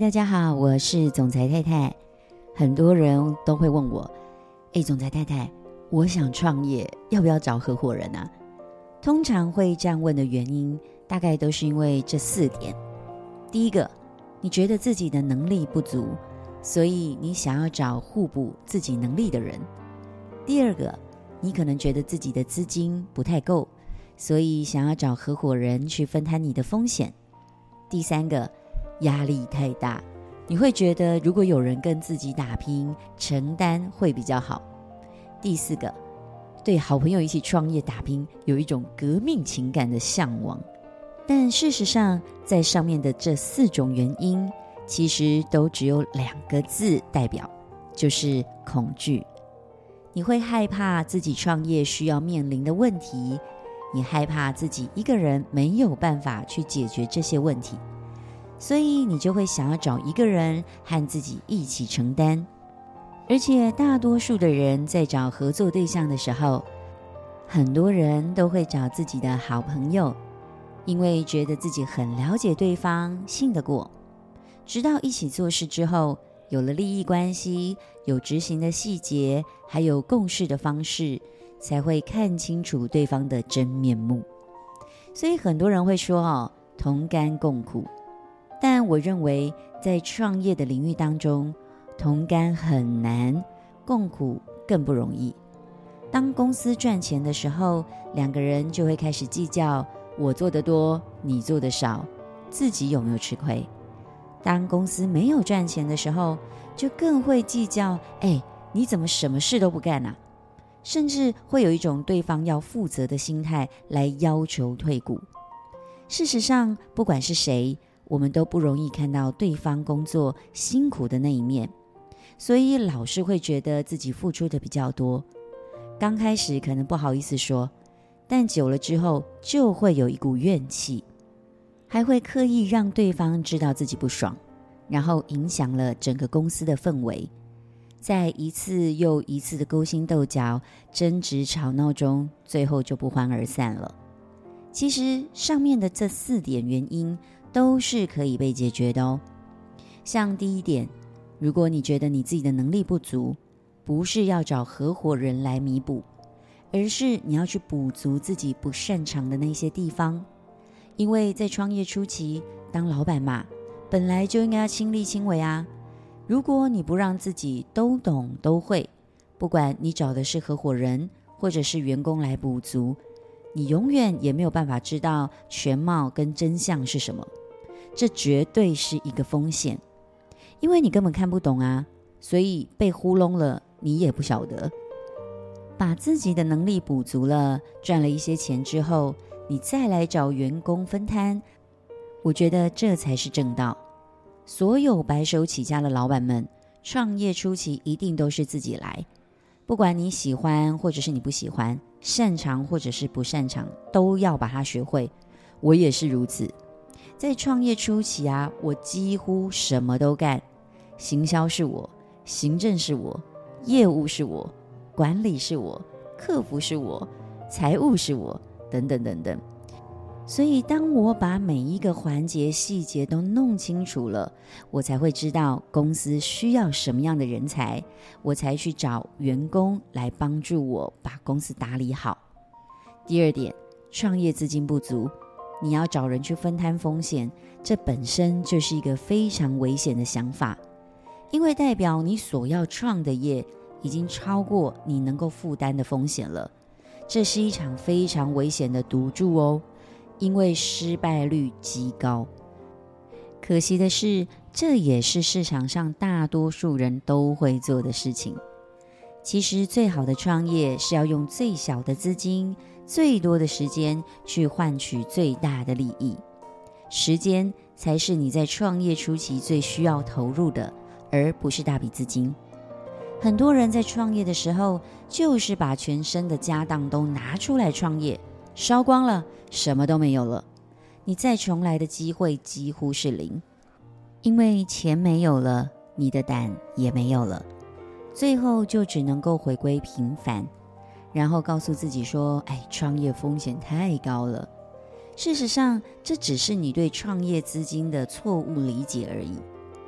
大家好，我是总裁太太。很多人都会问我，总裁太太，我想创业，要不要找合伙人啊？通常会这样问的原因，大概都是因为这4点。第一个，你觉得自己的能力不足，所以你想要找互补自己能力的人。第二个，你可能觉得自己的资金不太够，所以想要找合伙人去分摊你的风险。第三个，压力太大，你会觉得如果有人跟自己打拼，承担会比较好。第四个，对好朋友一起创业打拼有一种革命情感的向往。但事实上，在上面的这4种原因，其实都只有2个字代表，就是恐惧。你会害怕自己创业需要面临的问题，你害怕自己一个人没有办法去解决这些问题，所以你就会想要找一个人和自己一起承担。而且大多数的人在找合作对象的时候，很多人都会找自己的好朋友，因为觉得自己很了解对方，信得过。直到一起做事之后，有了利益关系，有执行的细节，还有共事的方式，才会看清楚对方的真面目。所以很多人会说同甘共苦。但我认为在创业的领域当中，同甘很难，共苦更不容易。当公司赚钱的时候，2个人就会开始计较我做得多，你做得少，自己有没有吃亏。当公司没有赚钱的时候，就更会计较你怎么什么事都不干啊？甚至会有一种对方要负责的心态来要求退股。事实上，不管是谁，我们都不容易看到对方工作辛苦的那一面，所以老是会觉得自己付出的比较多。刚开始可能不好意思说，但久了之后就会有一股怨气，还会刻意让对方知道自己不爽，然后影响了整个公司的氛围。在一次又一次的勾心斗角、争执吵闹中，最后就不欢而散了。其实上面的这4点原因都是可以被解决的哦。像第一点，如果你觉得你自己的能力不足，不是要找合伙人来弥补，而是你要去补足自己不擅长的那些地方。因为在创业初期，当老板嘛，本来就应该要亲力亲为啊。如果你不让自己都懂都会，不管你找的是合伙人或者是员工来补足，你永远也没有办法知道全貌跟真相是什么。这绝对是一个风险，因为你根本看不懂啊，所以被糊弄了你也不晓得。把自己的能力补足了，赚了一些钱之后，你再来找员工分摊，我觉得这才是正道。所有白手起家的老板们，创业初期一定都是自己来，不管你喜欢或者是你不喜欢，擅长或者是不擅长，都要把它学会。我也是如此。在创业初期啊，我几乎什么都干，行销是我，行政是我，业务是我，管理是我，客服是我，财务是我，等等等等。所以当我把每一个环节细节都弄清楚了，我才会知道公司需要什么样的人才，我才去找员工来帮助我把公司打理好。第二点，创业资金不足，你要找人去分摊风险，这本身就是一个非常危险的想法，因为代表你所要创的业已经超过你能够负担的风险了。这是一场非常危险的赌注哦，因为失败率极高。可惜的是，这也是市场上大多数人都会做的事情。其实最好的创业是要用最小的资金，最多的时间去换取最大的利益。时间才是你在创业初期最需要投入的，而不是大笔资金。很多人在创业的时候，就是把全身的家当都拿出来创业，烧光了，什么都没有了，你再重来的机会几乎是零。因为钱没有了，你的胆也没有了，最后就只能够回归平凡，然后告诉自己说，创业风险太高了。事实上，这只是你对创业资金的错误理解而已。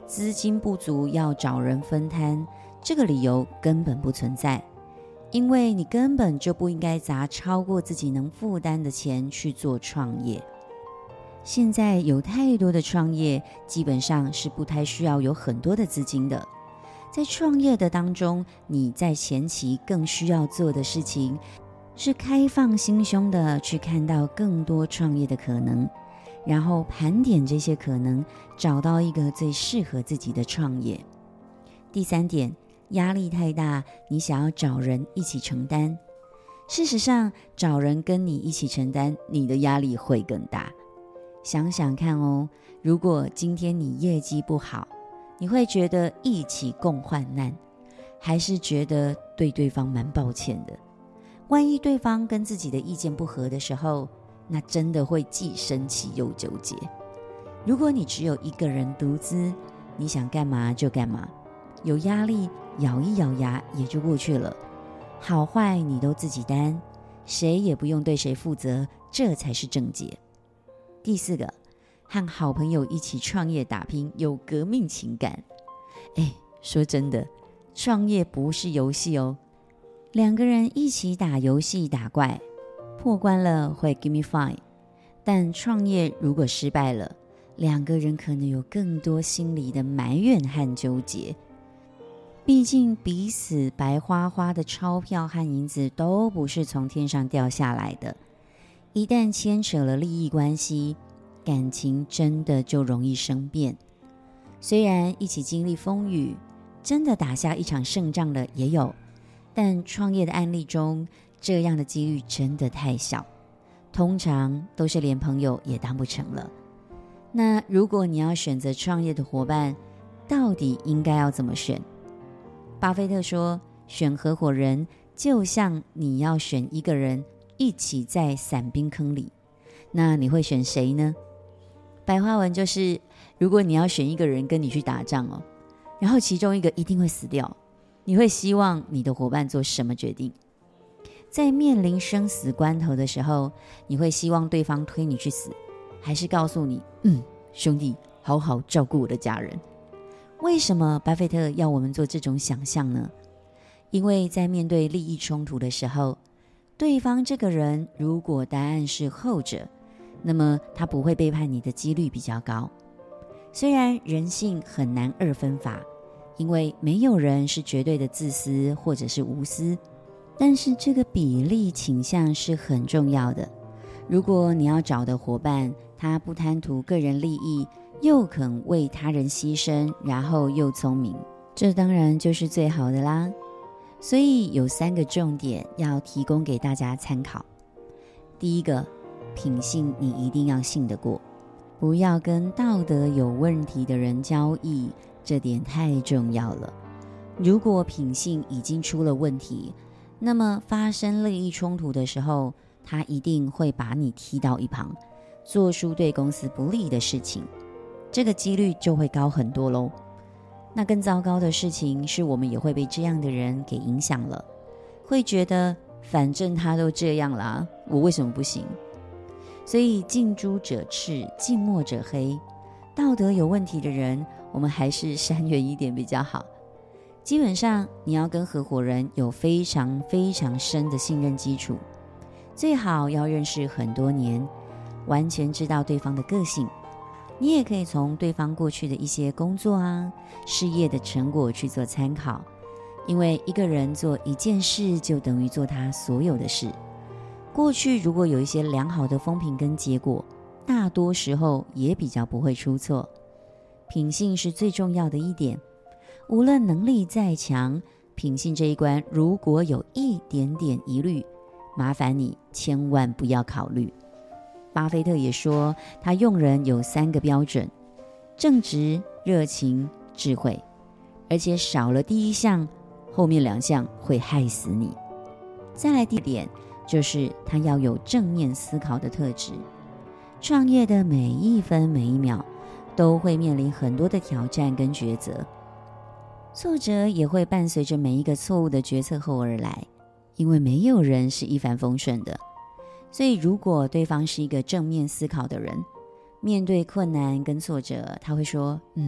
资金不足要找人分摊，这个理由根本不存在，因为你根本就不应该砸超过自己能负担的钱去做创业。现在有太多的创业基本上是不太需要有很多的资金的。在创业的当中，你在前期更需要做的事情是开放心胸的去看到更多创业的可能，然后盘点这些可能，找到一个最适合自己的创业。第三点，压力太大，你想要找人一起承担。事实上，找人跟你一起承担，你的压力会更大。想想看哦，如果今天你业绩不好，你会觉得一起共患难，还是觉得对对方蛮抱歉的？万一对方跟自己的意见不合的时候，那真的会既生气又纠结。如果你只有一个人独资，你想干嘛就干嘛，有压力咬一咬牙也就过去了，好坏你都自己担，谁也不用对谁负责，这才是正解。第四个，和好朋友一起创业打拼，有革命情感。说真的，创业不是游戏哦，两个人一起打游戏打怪，破关了会 give me fine， 但创业如果失败了，两个人可能有更多心里的埋怨和纠结。毕竟彼此白花花的钞票和银子都不是从天上掉下来的，一旦牵扯了利益关系，感情真的就容易生变。虽然一起经历风雨，真的打下一场胜仗的也有，但创业的案例中，这样的几率真的太小，通常都是连朋友也当不成了。那如果你要选择创业的伙伴，到底应该要怎么选？巴菲特说，选合伙人就像你要选一个人一起在散兵坑里，那你会选谁呢？白话文就是，如果你要选一个人跟你去打仗哦，然后其中一个一定会死掉，你会希望你的伙伴做什么决定？在面临生死关头的时候，你会希望对方推你去死，还是告诉你，兄弟，好好照顾我的家人？为什么巴菲特要我们做这种想象呢？因为在面对利益冲突的时候，对方这个人如果答案是后者，那么他不会背叛你的几率比较高。虽然人性很难二分法，因为没有人是绝对的自私或者是无私，但是这个比例倾向是很重要的。如果你要找的伙伴，他不贪图个人利益，又肯为他人牺牲，然后又聪明，这当然就是最好的啦。所以有3个重点要提供给大家参考。第一个，品性你一定要信得过，不要跟道德有问题的人交易，这点太重要了。如果品性已经出了问题，那么发生利益冲突的时候，他一定会把你踢到一旁，做出对公司不利的事情，这个几率就会高很多咯。那更糟糕的事情是，我们也会被这样的人给影响了，会觉得反正他都这样啦，我为什么不行？所以近朱者赤，近墨者黑，道德有问题的人，我们还是闪远一点比较好。基本上你要跟合伙人有非常非常深的信任基础，最好要认识很多年，完全知道对方的个性。你也可以从对方过去的一些工作事业的成果去做参考，因为一个人做一件事就等于做他所有的事。过去如果有一些良好的风评跟结果，大多时候也比较不会出错。品性是最重要的一点，无论能力再强，品性这一关如果有一点点疑虑，麻烦你千万不要考虑。巴菲特也说，他用人有3个标准：正直、热情、智慧，而且少了第一项，后面2项会害死你。再来第2点，就是他要有正面思考的特质。创业的每一分每一秒，都会面临很多的挑战跟抉择，挫折也会伴随着每一个错误的决策后而来，因为没有人是一帆风顺的。所以如果对方是一个正面思考的人，面对困难跟挫折，他会说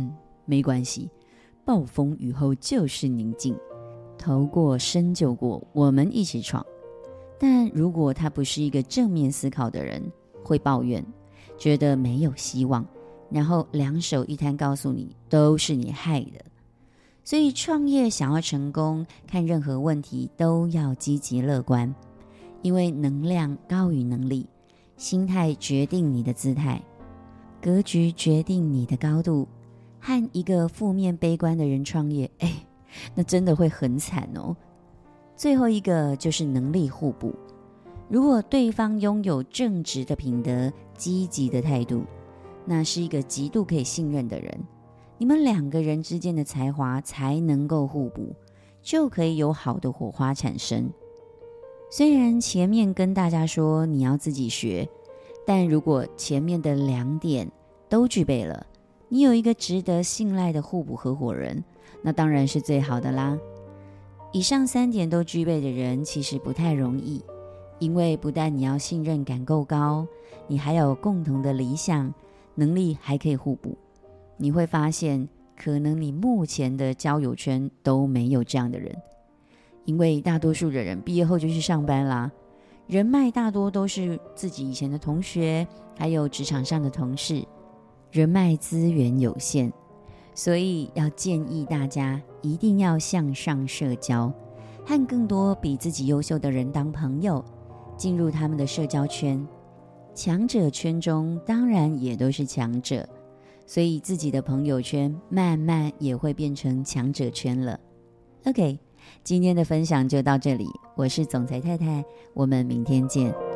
没关系，暴风雨后就是宁静，头过身就过，我们一起闯。但如果他不是一个正面思考的人，会抱怨，觉得没有希望，然后两手一摊告诉你都是你害的。所以创业想要成功，看任何问题都要积极乐观，因为能量高于能力，心态决定你的姿态，格局决定你的高度。和一个负面悲观的人创业，那真的会很惨哦。最后一个就是能力互补，如果对方拥有正直的品德、积极的态度，那是一个极度可以信任的人，你们两个人之间的才华才能够互补，就可以有好的火花产生。虽然前面跟大家说你要自己学，但如果前面的2点都具备了，你有一个值得信赖的互补合伙人，那当然是最好的啦。以上3点都具备的人其实不太容易，因为不但你要信任感够高，你还有共同的理想，能力还可以互补。你会发现，可能你目前的交友圈都没有这样的人，因为大多数的人毕业后就去上班啦，人脉大多都是自己以前的同学，还有职场上的同事，人脉资源有限，所以要建议大家一定要向上社交，和更多比自己优秀的人当朋友，进入他们的社交圈。强者圈中当然也都是强者，所以自己的朋友圈慢慢也会变成强者圈了。 OK， 今天的分享就到这里，我是总裁太太，我们明天见。